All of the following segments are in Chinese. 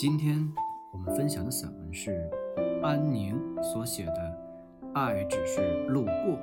今天我们分享的散文是安宁所写的《爱只是路过》。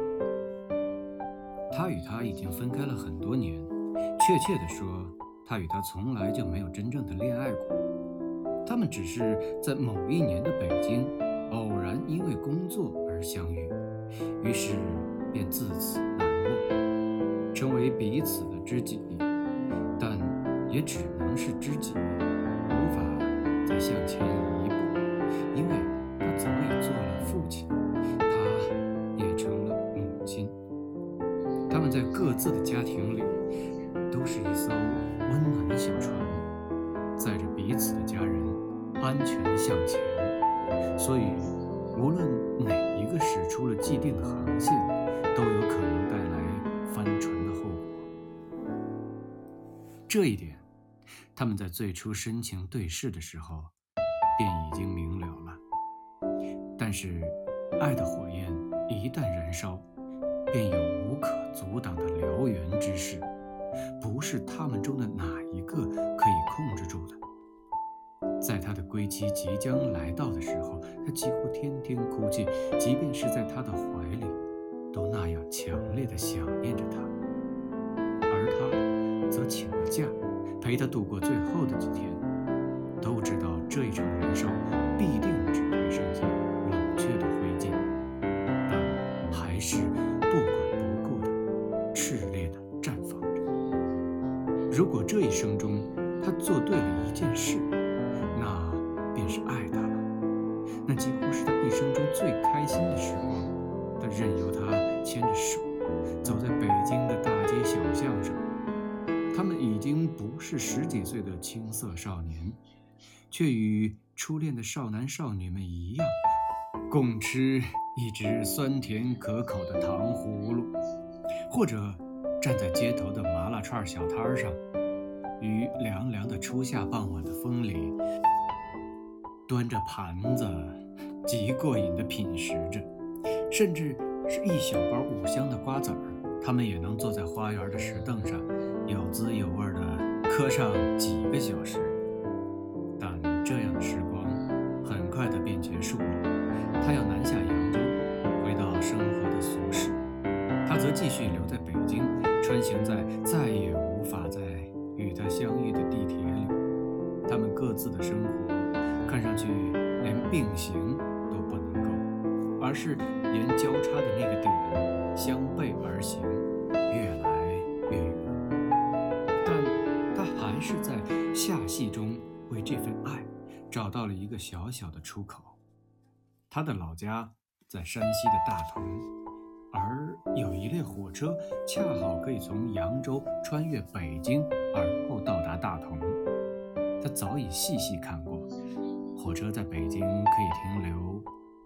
他与她已经分开了很多年，确切地说，他与她从来就没有真正的恋爱过。他们只是在某一年的北京偶然因为工作而相遇，于是便自此难忘，成为彼此的知己，但也只能是知己，无法再向前一步，因为他早已做了父亲，他也成了母亲。他们在各自的家庭里都是一艘温暖的小船，载着彼此的家人安全向前，所以无论哪一个驶出了既定的航线，都有可能带来翻船的后果。这一点他们在最初深情对视的时候便已经明了了。但是爱的火焰一旦燃烧，便有无可阻挡的燎原之势，不是他们中的哪一个可以控制住的。在他的归期即将来到的时候，他几乎天天哭泣，即便是在他的怀里，都那样强烈地想念着他。而他则请了假，陪他度过最后的几天。都知道这一场燃烧必定只会剩下冷却的灰烬，但还是不管不顾地炽烈地绽放着。如果这一生中他做对了一件事，那便是爱他了，那几乎是他一生中最开心的时光。他任由他牵着手走在北京的大街小巷上，他们已经不是10几岁的青涩少年，却与初恋的少男少女们一样，共吃一只酸甜可口的糖葫芦，或者站在街头的麻辣串小摊上，于凉凉的初夏傍晚的风里，端着盘子极过瘾地品食着，甚至是一小包5香的瓜子儿，他们也能坐在花园的石凳上，有滋有味地嗑上几个小时。但这样的时光很快地便结束了，他要南下扬州，回到生活的俗世，他则继续留在北京，穿行在再也无法再与他相遇的地铁里。他们各自的生活看上去连并行都不能够，而是沿交叉的那个点相背而行，越来越远。但他还是在夏戏中为这份爱找到了一个小小的出口。他的老家在山西的大同，而有一列火车恰好可以从扬州穿越北京，而后到达大同。他早已细细看过，火车在北京可以停留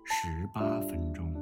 18分钟。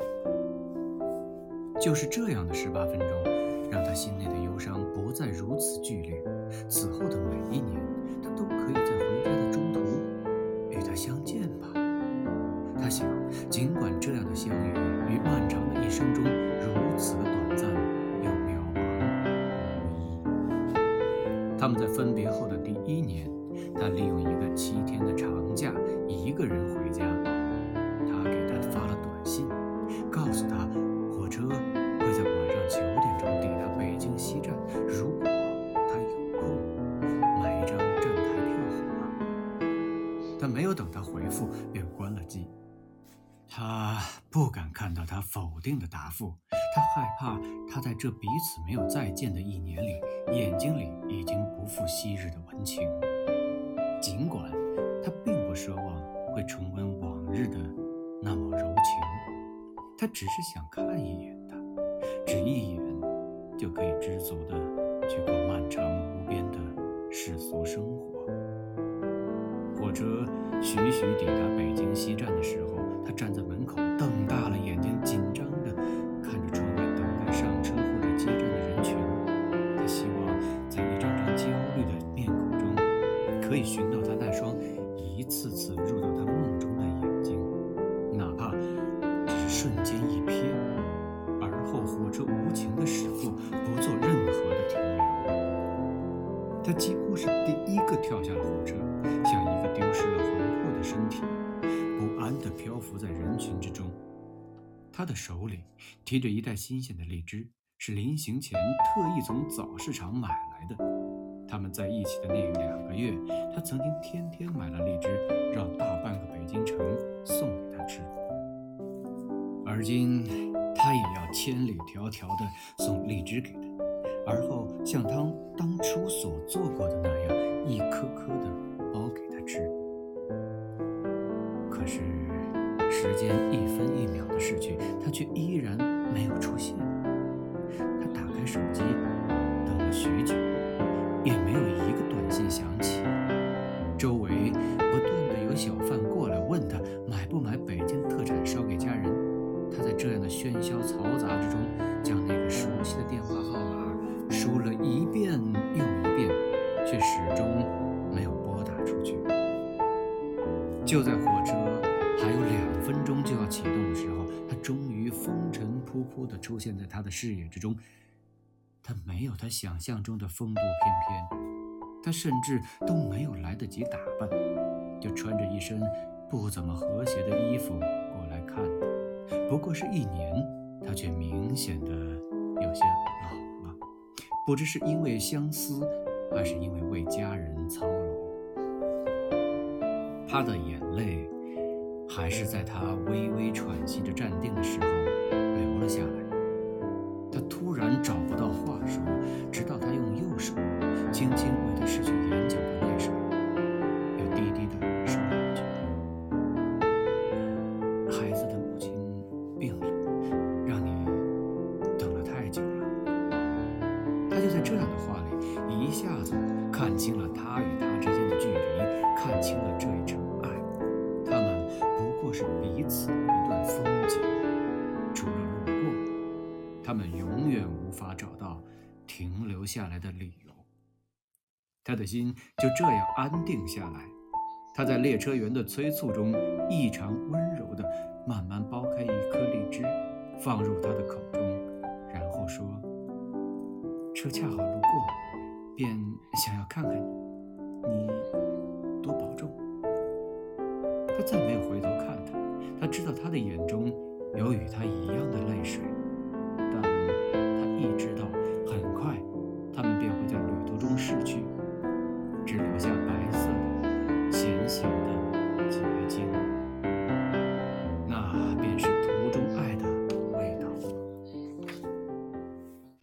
就是这样的18分钟，让他心内的忧伤不再如此剧烈。此后的每一年，他都可以在回家的中途与他相见吧。他想，尽管这样的相遇于漫长的一生中如此短暂又渺茫无依。他们在分别后的第1年，他利用一个7天的长假，一个人回家。他给他发了短信，告诉他火车会在晚上9点钟抵达北京西站，如果他有空，买一张站台票好吗？他没有等他回复，便关了机。他不敢看到他否定的答复，他害怕他在这彼此没有再见的1年里，眼睛里已经不复昔日的温情。尽管他并不奢望会重温往日的那么柔情，他只是想看一眼他，只一眼就可以知足地去过漫长无边的世俗生活。火车徐徐抵达北京西站的时候，他站在门口，瞪大了眼睛，紧张地看着窗外等待上车或者接站的人群。他希望在一张张焦虑的面孔中，可以寻到他那双一次次入到他梦中的眼睛，哪怕只是瞬间一瞥，而后火车无情地驶过，不做任何的停留。他几乎是第一个跳下了火车，像一个漂浮在人群之中。他的手里提着一袋新鲜的荔枝，是临行前特意从早市场买来的。他们在一起的那2个月，他曾经天天买了荔枝，绕大半个北京城送给他吃。而今，他也要千里迢迢地送荔枝给他，而后像他当初所做过的那样，一颗颗地剥给他吃。可是，时间一分一秒的逝去，他却依然没有出现。他打开手机，等了许久，也没有一个短信响起。周围不断地有小贩过来问他买不买北京特产烧给家人。他在这样的喧嚣嘈杂之中，将那个熟悉的电话号码输了一遍又一遍，却始终没有拨打出去。就在火车还有2分钟就要启动的时候，他终于风尘仆仆地出现在他的视野之中。他没有他想象中的风度翩翩，他甚至都没有来得及打扮，就穿着一身不怎么和谐的衣服过来看他。不过是1年，他却明显的有些老了，不知是因为相思，还是因为为家人操劳。他的眼泪还是在他微微喘息着站定的时候流了下来。他突然找不到话说，直到他用右手轻轻为他拭去眼角的泪水，又低低地说了一句：孩子的母亲病了，让你等了太久了。他就在这样的话里一下子看清了他与他之间的距离，看清了这一场爱，他们不过是彼此一段风景，除了路过，他们永远无法找到停留下来的理由。他的心就这样安定下来。他在列车员的催促中，异常温柔地慢慢剥开一颗荔枝，放入他的口中，然后说：车恰好路过，便想要看看你多保重。他再没有回头看他，他知道他的眼中有与他一样的泪水，但他亦知道